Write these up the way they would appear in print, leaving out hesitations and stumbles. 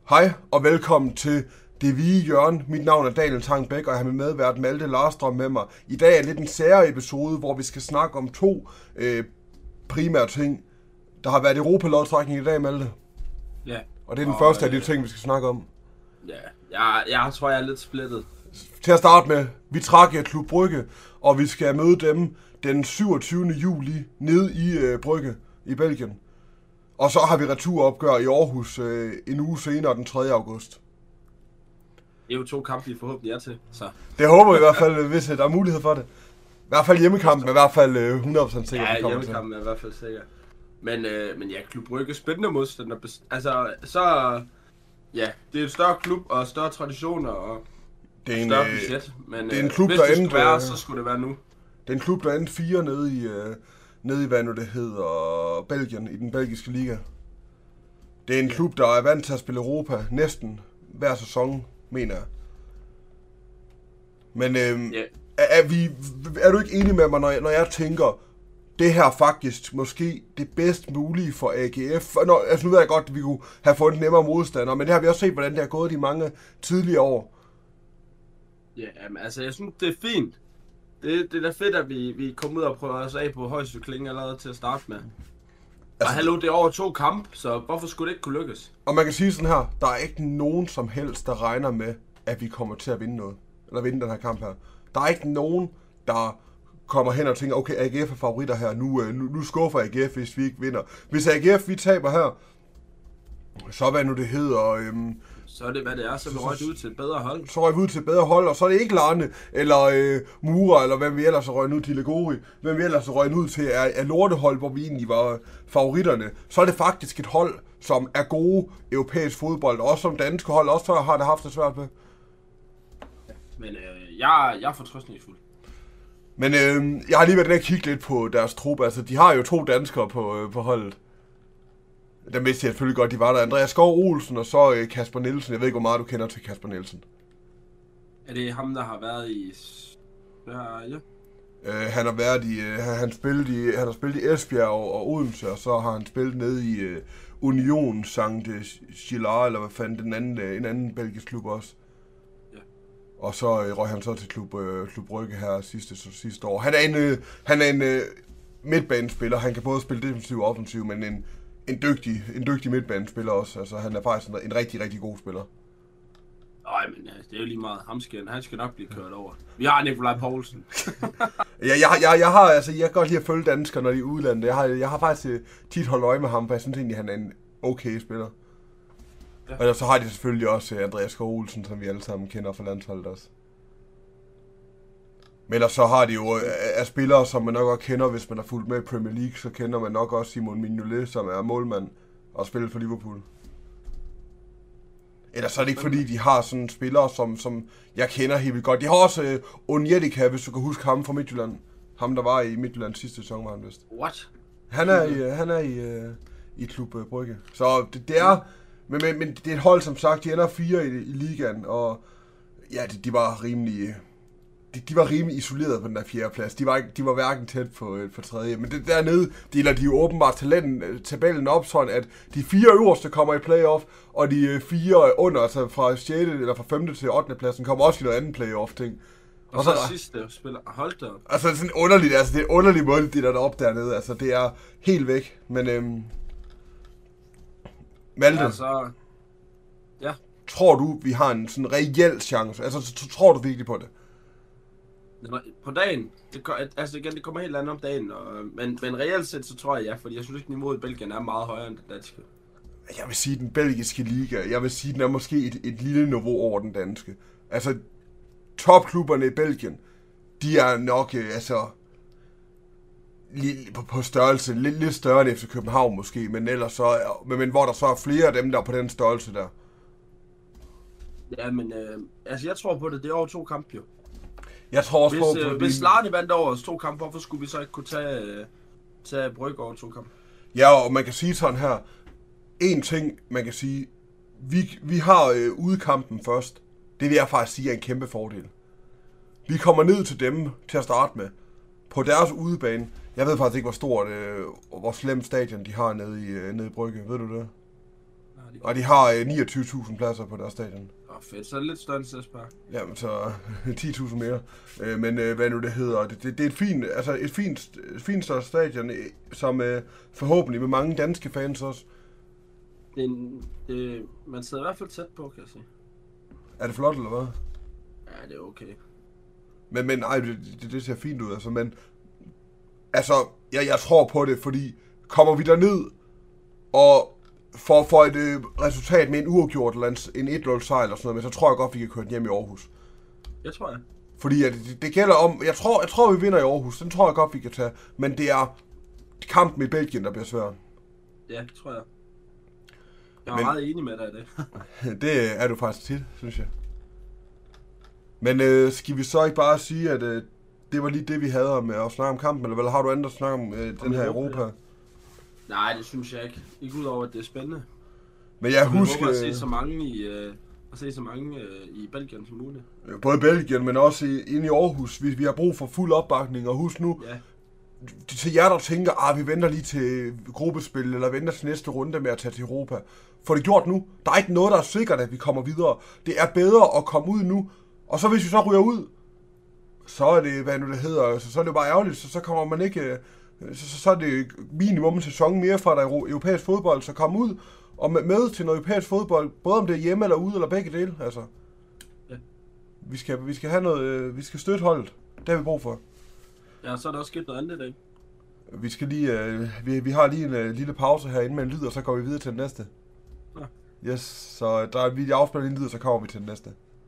Hej og velkommen til Det Hvide Hjørne. Mit navn er Daniel Tangbæk, og jeg har med medvært Malte Larstrøm med mig. I dag er lidt en sære episode, hvor vi skal snakke om to primære ting. Der har været Europa-lodtrækning i dag, Malte. Ja. Og det er den første af de ting, vi skal snakke om. Ja, jeg tror, jeg er lidt splittet. Til at starte med, vi trækker Klub Brygge, og vi skal møde dem den 27. juli nede i Brygge i Belgien. Og så har vi returopgør i Aarhus en uge senere, den 3. august. Det er jo to kampe, vi forhåbentlig er til, så... Det håber vi i hvert fald, hvis der er mulighed for det. I hvert fald hjemmekampen er i hvert fald 100% sikker. Ja, hjemmekampen er i hvert fald sikker. Men ja, Klub Brygge, spændende modstander. Altså, så... Ja, det er en større klub og større traditioner og det er en, større budget. Men det er en klub, hvis der det skulle være, så skulle det være nu. Det er en klub, der endte 4 nede i hvad nu det hedder, Belgien, i den belgiske liga. Det er en klub, der er vant til at spille Europa næsten hver sæson, mener jeg. Men er du ikke enig med mig, når jeg tænker, det her faktisk måske det bedst mulige for AGF? Altså nu ved jeg godt, at vi kunne have fået en nemmere modstander, men det har vi også set, hvordan det har gået de mange tidligere år. Ja, altså jeg synes, det er fint. Det er da fedt, at vi kommer ud og prøver os af på højeste klinge allerede til at starte med. Og hallo, det er over 2 kampe, så hvorfor skulle det ikke kunne lykkes? Og man kan sige sådan her, der er ikke nogen som helst, der regner med, at vi kommer til at vinde noget. Eller vinde den her kamp her. Der er ikke nogen, der kommer hen og tænker, okay, AGF er favoritter her, nu skuffer AGF, hvis vi ikke vinder. Hvis AGF, vi taber her, så hvad nu det hedder... så er det, hvad det er, så vi røget ud til et bedre hold. Så røget ud til et bedre hold, og så er det ikke Larne, eller Mura, eller hvem vi ellers er røget ud til, Legori, hvem vi ellers er røget ud til, er lortehold, hvor vi egentlig var favoritterne. Så er det faktisk et hold, som er gode europæisk fodbold, også som danske hold, også før har det haft det svært med. Men jeg er fortrøstningsfuld. Men jeg har lige været inde og kigge lidt på deres trup, altså de har jo 2 danskere på holdet. Der vidste jeg selvfølgelig godt, de var der. Andreas Skov Olsen og så Kasper Nielsen. Jeg ved ikke, hvor meget du kender til Kasper Nielsen. Er det ham, der har været i... Ja. Han har været i... Han har spillet i Esbjerg og Odense, og så har han spillet nede i Union Saint Gilles, eller hvad fanden, en anden belgisk klub også. Ja. Og så røg han så til Klub Brygge her sidste år. Han er en midtbanespiller. Han kan både spille defensiv og offensiv, men en dygtig midtbanespiller også. Altså, han er faktisk en rigtig, rigtig god spiller. Nej, men det er jo lige meget. Han skal nok blive kørt over. Vi har Nikolaj Poulsen. Jeg kan godt lide at følge danskere, når de er udlandet. Jeg har faktisk tit holdt øje med ham, for jeg synes egentlig, han er en okay spiller. Ja. Og så har de selvfølgelig også Andreas Skov Olsen, som vi alle sammen kender fra landsholdet også. Men ellers så har de jo af spillere, som man nok også kender, hvis man har fulgt med i Premier League, så kender man nok også Simon Mignolet, som er målmand og spiller for Liverpool. Ellers så er det ikke fordi, de har sådan spillere, som jeg kender helt vildt godt. De har også Onyetika, hvis du kan huske ham fra Midtjylland. Ham, der var i Midtjylland sidste sæson, var han vist. What? Han er i Klub Brygge. Så det er... Men det er et hold, som sagt, de ender 4 i ligaen, og ja, de var rimelig... De var rimelig isoleret på den der 4. plads. De var hverken tæt på 3. Men det dernede deler de jo åbenbart tabellen op, sådan at de 4 øverste kommer i playoff, og de 4 under, altså fra 6. eller fra 5. til 8. pladsen, kommer også i noget andet playoff-ting. Og så sidste spiller holdt der. Altså det er sådan underligt, det er en underlig måde, de der op dernede. Altså det er helt væk. Men Malte, altså, ja. Tror du, vi har en sådan reel chance? Altså tror du virkelig på det? På dagen, det kommer helt andet om dagen, men reelt set så tror jeg ja, fordi jeg synes ikke niveauet i Belgien er meget højere end den danske. Jeg vil sige den belgiske liga, jeg vil sige den er måske et lille niveau over den danske. Altså topklubberne i Belgien, de er nok på størrelse lidt større end FC København måske, men ellers så men hvor der så er flere af dem der er på den størrelse der. Ja, men jeg tror på det er over 2 kampe jo. Jeg tror også på hvis Larne vandt over os 2 kampe, hvorfor skulle vi så ikke kunne tage Brygge over 2 kampe? Ja, og man kan sige sådan her. En ting, man kan sige, vi har udekampen først. Det vil jeg faktisk sige er en kæmpe fordel. Vi kommer ned til dem til at starte med. På deres udebane. Jeg ved faktisk ikke, hvor slemt stadion de har nede i Brygge. Ved du det? Nej, Og de har 29.000 pladser på deres stadion. Fedt, så er det lidt større end Sæspark. Jamen, så 10.000 mere. Men hvad nu det hedder, det er et fint større stadion, som forhåbentlig med mange danske fans også. Man sidder i hvert fald tæt på, kan jeg sige. Er det flot, eller hvad? Ja, det er okay. Men ej, det ser fint ud, altså, men... Altså, jeg tror på det, fordi kommer vi derned og får et resultat med en uafgjort eller en 1-0 sejr eller sådan noget, men så tror jeg godt, vi kan køre den hjem i Aarhus. Jeg tror jeg. Fordi det gælder om... Jeg tror, vi vinder i Aarhus. Den tror jeg godt, vi kan tage. Men det er kampen i Belgien, der bliver svær. Ja, det tror jeg. Jeg er meget enig med dig i det. Det er du faktisk tit, synes jeg. Men skal vi så ikke bare sige, at det var lige det, vi havde med at snakke om kampen? Eller har du andet at snakke om den her Europa? Ja. Nej, det synes jeg ikke. Ikke udover, at det er spændende. Men jeg husker... at se så mange i Belgien som muligt. Både i Belgien, men også inde i Aarhus. Vi har brug for fuld opbakning, og husk nu... Ja. Til jer, der tænker, vi venter lige til gruppespil, eller venter til næste runde med at tage til Europa. For det gjort nu. Der er ikke noget, der er sikkert, at vi kommer videre. Det er bedre at komme ud nu. Og så hvis vi så ryger ud, så er det, hvad nu det hedder, så er det bare ærgerligt. Så kommer man ikke... Så er det minimum en sæson mere fra der europæisk fodbold, så kom ud og med til noget europæisk fodbold, både om det er hjemme eller ude, eller begge dele. Altså. Ja. Vi skal have noget... Vi skal støtte holdet. Det har vi brug for. Ja, så er der også sket noget andet i dag. Vi skal lige, vi har lige en lille pause herinde med en lyd, og så går vi videre til den næste. Ja. Yes, så vi afspiller en lyd, og så kommer vi til den næste.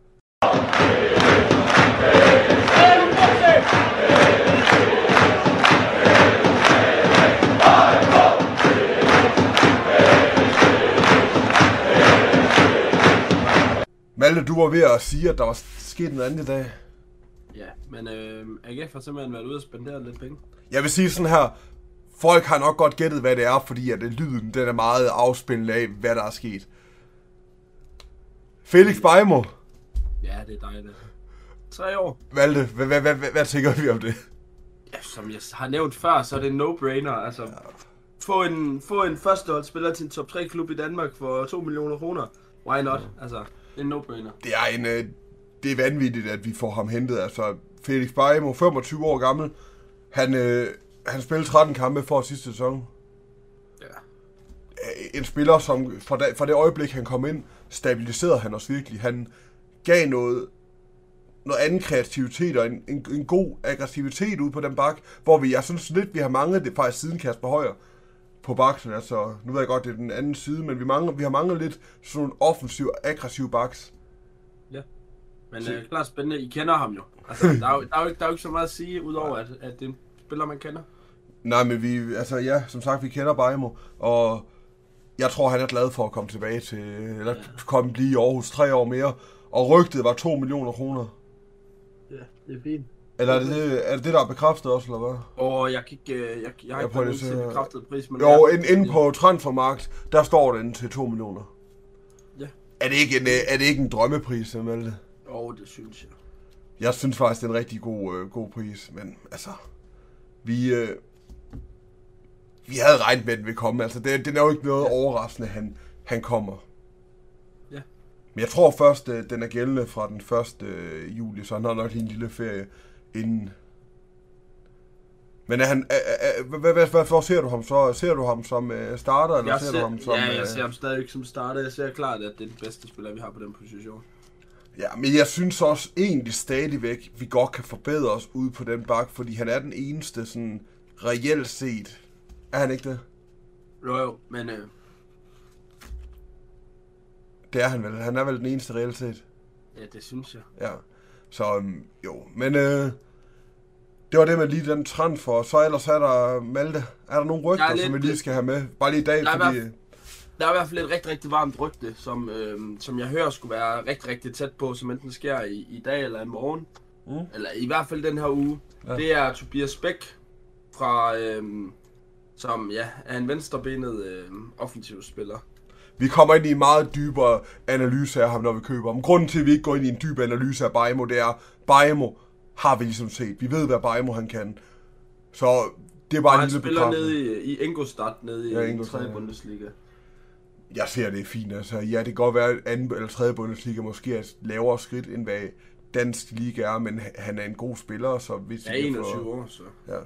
Malte, du var ved at sige, at der var sket noget andet i dag. Ja, men AGF har simpelthen været ude og spendere lidt penge. Jeg vil sige sådan her, folk har nok godt gættet, hvad det er, fordi at lyden den er meget afspillende af, hvad der er sket. Felix Beijmo. Ja, det er dejligt. 3 år. Malte, hvad tænker vi om det? Ja, som jeg har nævnt før, så er det en no-brainer. Altså, få en førsteholdsspiller til en top 3 klub i Danmark for 2 millioner kroner. Why not? Altså, det er en no-brainer. Det er vanvittigt, at vi får ham hentet. Altså, Felix Beijmo, 25 år gammel. Han spillede 13 kampe for sidste sæson. Ja. En spiller, som fra det øjeblik, han kom ind, stabiliserede han os virkelig. Han gav noget anden kreativitet og en god aggressivitet ud på den bak, hvor jeg synes lidt, vi har manglet det faktisk siden Kasper Højer på baksen. Altså, nu ved jeg godt, det er den anden side, men vi har manglet lidt sådan nogle offensiv, aggressive baks. Ja, men klart spændende. I kender ham jo. Altså, der er jo ikke så meget at sige, udover at det er en spiller, man kender. Nej, men som sagt, vi kender Beijmo, og jeg tror, han er glad for at komme tilbage til, eller blive i Aarhus 3 år mere, og rygtet var 2 millioner kroner. Ja, det er fint. Eller er det der er bekræftet også, eller hvad? Jeg har ikke fået til bekræftet pris, men... Jo, inde på Transfermarkt, der står den til 2 millioner. Ja. Er det ikke en drømmepris, Malte? Jo, det synes jeg. Jeg synes faktisk, det er en rigtig god pris, men altså... Vi havde regnet med, at den ville komme. Altså, det er jo ikke noget overraskende, han kommer. Ja. Men jeg tror først, den er gældende fra den 1. juli, så han har nok lige en lille ferie inden. Men hvor ser du ham så? Ser du ham som starter, eller ser du ham som... Ja, jeg ser ham stadig som starter. Jeg ser klart, at det er den bedste spiller, vi har på den position. Ja, men jeg synes også egentlig stadigvæk, vi godt kan forbedre os ude på den bak, fordi han er den eneste sådan reelt set. Er han ikke det? Jo, men... Det er han vel. Han er vel den eneste reelt set. Ja, det synes jeg. Ja, så jo. Men det var det med lige den transfer. Så ellers er der, Malte, er der nogle rygter, som vi lige skal have med? Bare lige i dag, fordi... Der er i hvert fald et rigtig, rigtig varmt rygte, som jeg hører skulle være rigtig, rigtig tæt på, som enten sker i dag eller i morgen. Eller i hvert fald den her uge. Ja. Det er Tobias Bæk fra, som er en venstrebenet offensiv spiller. Vi kommer ind i en meget dybere analyse af ham, når vi køber ham. Grunden til, at vi ikke går ind i en dyb analyse af Beijmo, det er, Beijmo har vi ligesom set. Vi ved, hvad Beijmo han kan. Så det er bare en lille bekræftelse. Han spiller nede i Ingolstadt, nede i 3. Bundesliga. Jeg ser det fint. Altså, ja, det kan godt være, at anden eller tredje Bundesliga måske er et lavere skridt, end hvad dansk liga er, men han er en god spiller, så hvis... Ja, 21 år, så... Ja.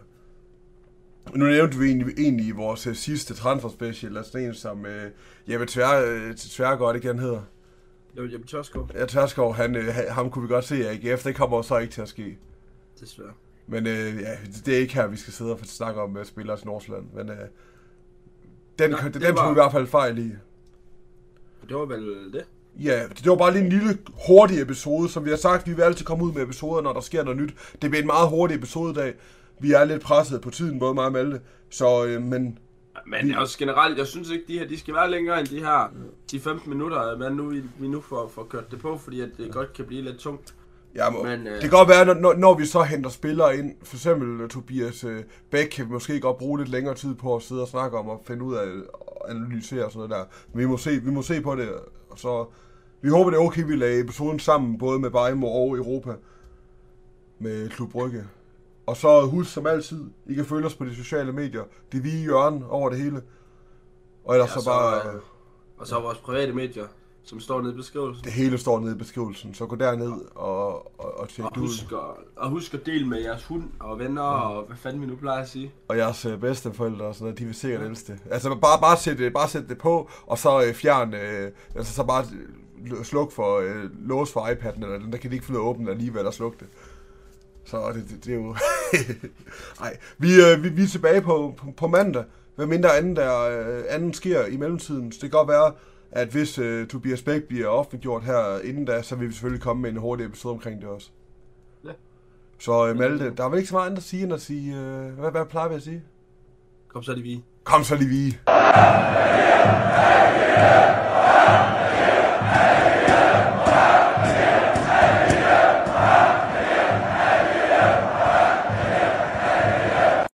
Nu nævnte vi egentlig i vores sidste transferspecial, altså en som Jeppe Tværgaard, det kan han hedder. Jeppe Tørskov. Ja, Tørskov, ham kunne vi godt se i AGF, det kommer så ikke til at ske. Desværre. Men ja, det er ikke her, vi skal sidde og snakke om spillere til Nordsjælland, men den tog vi i hvert fald fejl i. Det var vel det? Ja, det var bare lige en lille hurtig episode, som vi har sagt, vi vil altid komme ud med episoder, når der sker noget nyt. Det bliver en meget hurtig episode i dag. Vi er lidt presset på tiden, både mig og Malte, så men... Men også generelt, jeg synes ikke, de skal være længere end de 15 minutter, men nu vi nu får kørt det på, fordi at det godt kan blive lidt tungt. Ja, men det kan godt være, når vi så henter spillere ind, for eksempel Tobias Bæk, kan vi måske godt bruge lidt længere tid på at sidde og snakke om og finde ud af at analysere og sådan noget der. Men vi må se på det, og så... Vi håber, det er okay, vi lader episoden sammen, både med Bajmo og Europa, med Klub Brygge. Og så husk som altid, I kan følge os på de sociale medier. Det hvide hjørne over det hele. Og ellers så bare... Og så vores private medier, som står nede i beskrivelsen. Det hele står nede i beskrivelsen, så gå derned og tjek det ud. Og husk at dele med jeres hund og venner, og hvad fanden vi nu plejer at sige. Og jeres bedsteforældre og sådan noget, de vil sikkert elske det. Altså bare sæt det på, og så fjern, altså så bare sluk for lås for iPad'en, eller den der kan de ikke finde at åbne alligevel og slukke det. Så det er jo... Nej, vi er tilbage på mandag, hvad mindre anden sker i mellemtiden. Så det kan godt være, at hvis Tobias Bæk bliver offentliggjort her inden da, så vil vi selvfølgelig komme med en hurtig episode omkring det også. Ja. Så Malte, der er vel ikke så meget andet at sige, end at sige... hvad plejer vi at sige? Kom så lige vi. Kom så lige vi.